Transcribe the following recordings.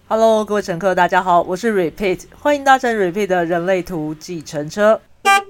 Hello， 各位乘客，大家好，我是 Repeat， 欢迎搭乘 Repeat 的人类图计程车。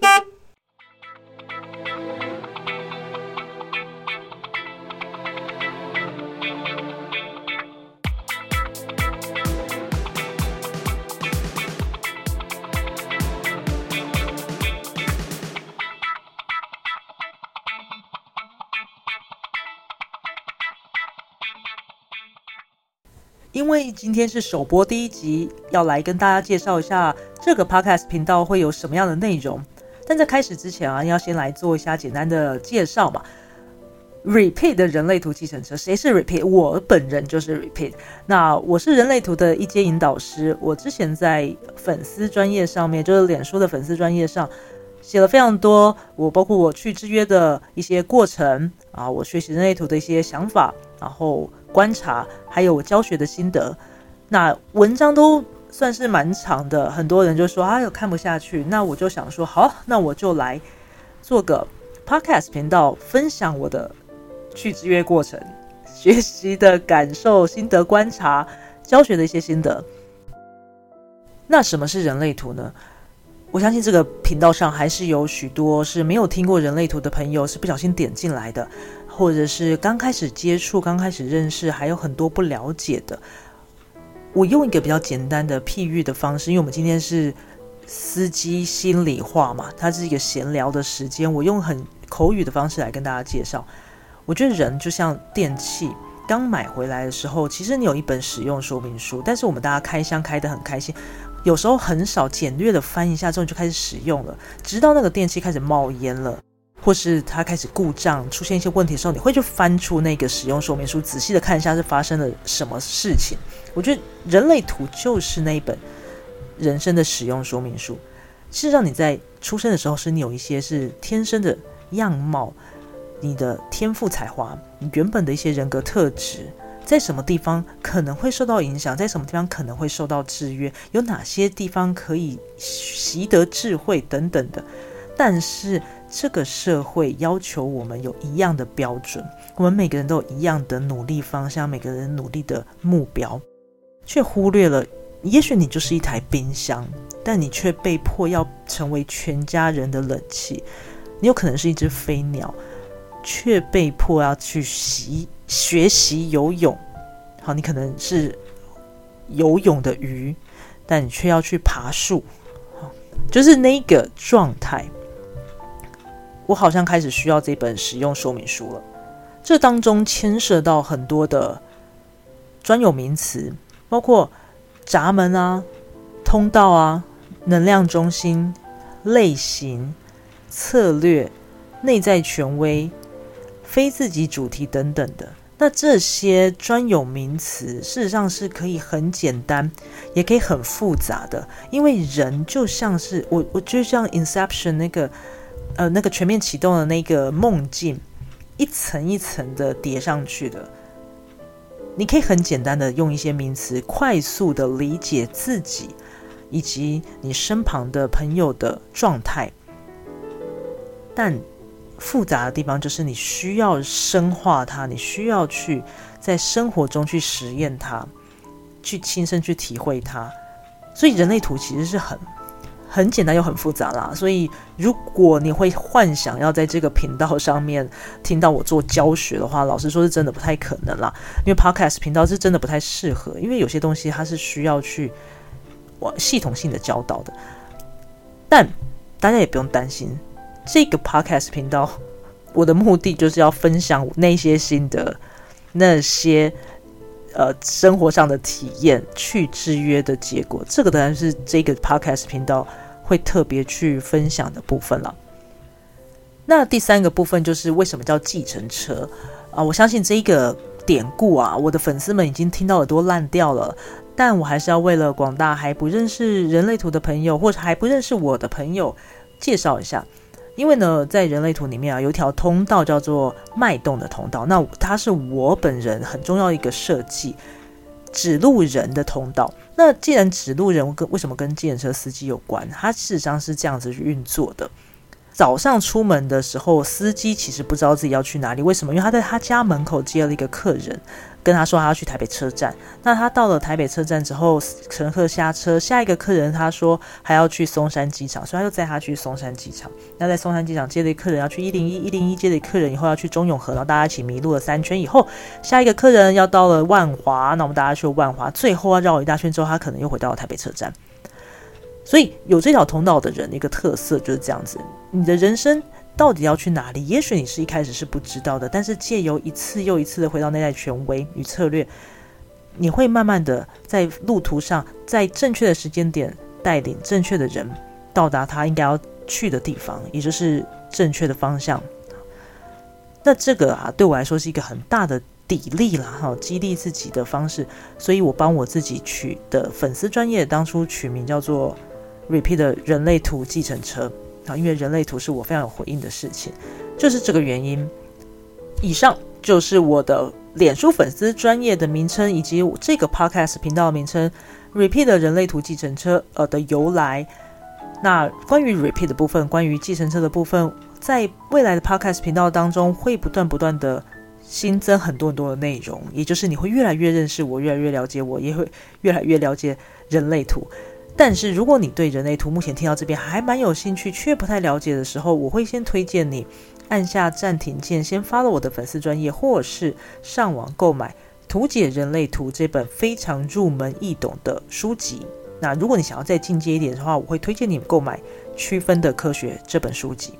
因为今天是首播第一集，要来跟大家介绍一下这个 podcast 频道会有什么样的内容。但在开始之前啊，要先来做一下简单的介绍嘛。Repeat 的人类图计程车，谁是 Repeat？ 我本人就是 Repeat。那我是人类图的一阶引导师，我之前在粉丝专页上面，就是脸书的粉丝专页上写了非常多，包括我去制约的一些过程啊，我学习人类图的一些想法，然后观察，还有我教学的心得。那文章都算是蛮长的，很多人就说有看不下去。那我就想说，好，那我就来做个 podcast 频道，分享我的去制约过程、学习的感受、心得观察、教学的一些心得。那什么是人类图呢？我相信这个频道上还是有许多是没有听过人类图的朋友，是不小心点进来的，或者是刚开始接触、刚开始认识，还有很多不了解的。我用一个比较简单的譬喻的方式，因为我们今天是司机心里话嘛，它是一个闲聊的时间，我用很口语的方式来跟大家介绍。我觉得人就像电器，刚买回来的时候，其实你有一本使用说明书，但是我们大家开箱开得很开心，有时候很少简略的翻一下之后你就开始使用了，直到那个电器开始冒烟了，或是它开始故障出现一些问题的时候，你会去翻出那个使用说明书，仔细的看一下是发生了什么事情。我觉得人类图就是那一本人生的使用说明书。事实上你在出生的时候是你有一些是天生的样貌，你的天赋才华，你原本的一些人格特质，在什么地方可能会受到影响，在什么地方可能会受到制约，有哪些地方可以习得智慧等等的。但是这个社会要求我们有一样的标准，我们每个人都有一样的努力方向，每个人努力的目标，却忽略了也许你就是一台冰箱，但你却被迫要成为全家人的冷气。你有可能是一只飞鸟，却被迫要去学习游泳。好，你可能是游泳的鱼，但你却要去爬树，就是那个状态。我好像开始需要这本使用说明书了。这当中牵涉到很多的专有名词，包括闸门啊、通道啊、能量中心、类型、策略、内在权威、非自己主题等等的。那这些专有名词事实上是可以很简单，也可以很复杂的。因为人就像是我就像 Inception 那个全面启动的那个梦境，一层一层的叠上去的。你可以很简单的用一些名词快速的理解自己以及你身旁的朋友的状态，但复杂的地方就是你需要深化它，你需要去在生活中去实验它，去亲身去体会它。所以人类图其实是很简单又很复杂啦，所以如果你会幻想要在这个频道上面听到我做教学的话，老实说是真的不太可能啦，因为 podcast 频道是真的不太适合，因为有些东西它是需要去系统性的教导的。但大家也不用担心，这个 podcast 频道我的目的就是要分享那些心得，那些生活上的体验，去制约的结果，这个当然是这个 podcast 频道会特别去分享的部分了。那第三个部分就是为什么叫计程车我相信这个典故我的粉丝们已经听到耳朵烂掉了，但我还是要为了广大还不认识人类图的朋友，或者还不认识我的朋友介绍一下。因为呢，在人类图里面有一条通道叫做脉动的通道，那它是我本人很重要的一个设计，指路人的通道。那既然指路人为什么跟计程车司机有关，它事实上是这样子运作的。 早上出门的时候，司机其实不知道自己要去哪里，为什么？因为他在他家门口接了一个客人，跟他说他要去台北车站。那他到了台北车站之后，乘客下车，下一个客人他说还要去松山机场，所以他就载他去松山机场。那在松山机场接了一个客人要去101接了一个客人以后要去中永和，然后大家一起迷路了3圈以后，下一个客人要到了万华，那我们大家去万华，最后要绕一大圈之后，他可能又回到了台北车站。所以有这条通道的人，一个特色就是这样子，你的人生到底要去哪里？也许你是一开始是不知道的，但是借由一次又一次的回到内在权威与策略，你会慢慢的在路途上，在正确的时间点带领正确的人到达他应该要去的地方，也就是正确的方向。那这个对我来说是一个很大的砥砺啦，激励自己的方式，所以我帮我自己取的粉丝专页当初取名叫做 Repeat 的人类图计程车，因为人类图是我非常有回应的事情，就是这个原因。以上就是我的脸书粉丝专页的名称，以及这个 podcast 频道的名称 Repeat 的人类图计程车的由来。那关于 Repeat 的部分，关于计程车的部分，在未来的 podcast 频道当中会不断的新增很多的内容，也就是你会越来越认识我，越来越了解我，也会越来越了解人类图。但是如果你对人类图目前听到这边还蛮有兴趣却不太了解的时候，我会先推荐你按下暂停键，先 follow 我的粉丝专页，或是上网购买《图解人类图》这本非常入门易懂的书籍。那如果你想要再进阶一点的话，我会推荐你购买《区分的科学》这本书籍。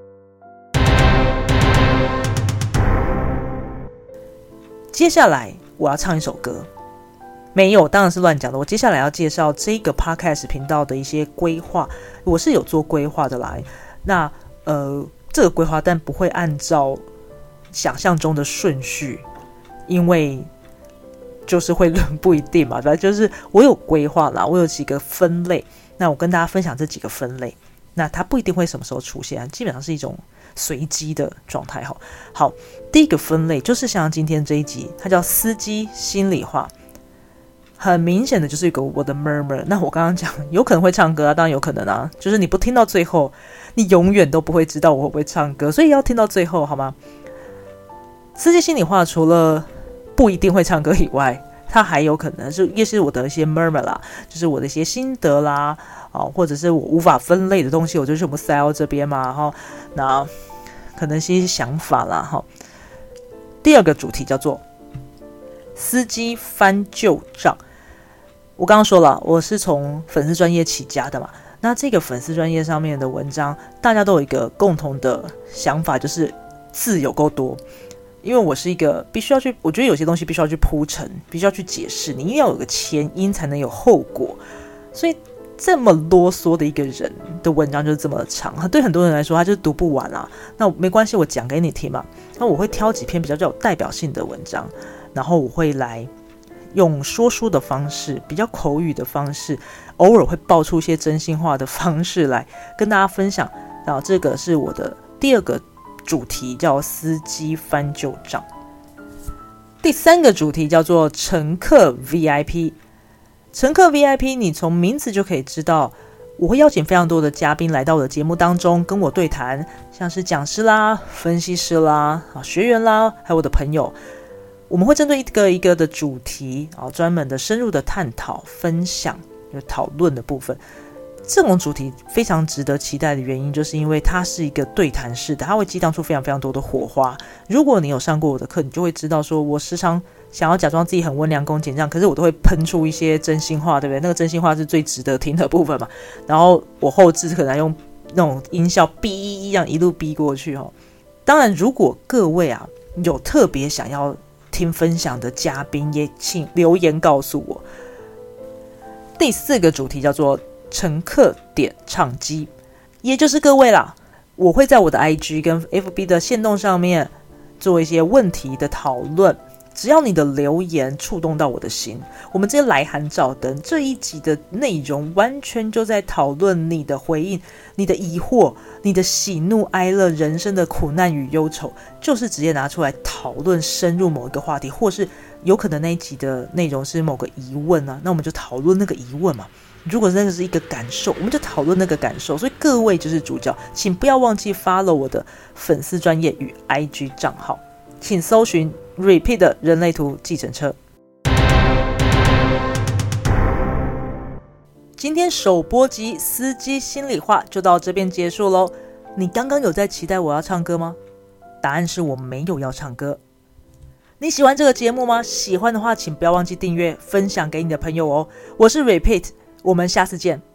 接下来我要唱一首歌，没有，当然是乱讲的。我接下来要介绍这个 podcast 频道的一些规划，我是有做规划的啦。那这个规划但不会按照想象中的顺序，因为就是会不一定嘛，反正就是我有规划啦，我有几个分类，那我跟大家分享这几个分类，那它不一定会什么时候出现，基本上是一种随机的状态。好，第一个分类就是像今天这一集，它叫司机心里话，很明显的就是一个我的 murmur。 那我刚刚讲有可能会唱歌当然有可能啊，就是你不听到最后，你永远都不会知道我会不会唱歌，所以要听到最后好吗？司机心里话除了不一定会唱歌以外，它还有可能是也是我的一些 murmur 啦，就是我的一些心得啦，或者是我无法分类的东西，我就全部塞到这边嘛，那可能是一些想法啦。第二个主题叫做司机翻旧账。我刚刚说了，我是从粉丝专页起家的嘛，那这个粉丝专页上面的文章，大家都有一个共同的想法，就是字有够多。因为我是一个必须要去，我觉得有些东西必须要去铺陈，必须要去解释，你一定要有个前因才能有后果，所以这么啰嗦的一个人的文章就是这么长，对很多人来说他就是读不完啊。那没关系，我讲给你听嘛。那我会挑几篇比较有代表性的文章，然后我会来用说书的方式，比较口语的方式，偶尔会爆出一些真心话的方式来跟大家分享。然后这个是我的第二个主题，叫司机翻旧账。第三个主题叫做乘客 VIP。 乘客 VIP 你从名字就可以知道，我会邀请非常多的嘉宾来到我的节目当中跟我对谈，像是讲师啦、分析师啦、学员啦，还有我的朋友，我们会针对一个一个的主题专门的深入的探讨分享，有讨论的部分。这种主题非常值得期待的原因，就是因为它是一个对谈式的，它会激荡出非常非常多的火花。如果你有上过我的课，你就会知道说，我时常想要假装自己很温良恭俭让，可是我都会喷出一些真心话，对不对？那个真心话是最值得听的部分嘛。然后我后置可能用那种音效逼这样一路逼过去。当然如果各位有特别想要听分享的嘉宾，也请留言告诉我。第四个主题叫做乘客点唱机，也就是各位啦，我会在我的 IG 跟 FB 的限动上面做一些问题的讨论，只要你的留言触动到我的心，我们这些来函照灯这一集的内容完全就在讨论你的回应、你的疑惑、你的喜怒哀乐、人生的苦难与忧愁，就是直接拿出来讨论，深入某一个话题，或是有可能那一集的内容是某个疑问啊，那我们就讨论那个疑问嘛。 如果那个是一个感受，我们就讨论那个感受。所以各位就是主角，请不要忘记 follow 我的粉丝专页与 IG 账号，请搜寻 Repeat 的人类图计程车。今天首播集司机心里话就到这边结束咯。你刚刚有在期待我要唱歌吗？答案是我没有要唱歌。你喜欢这个节目吗？喜欢的话请不要忘记订阅分享给你的朋友哦。我是 Repeat， 我们下次见。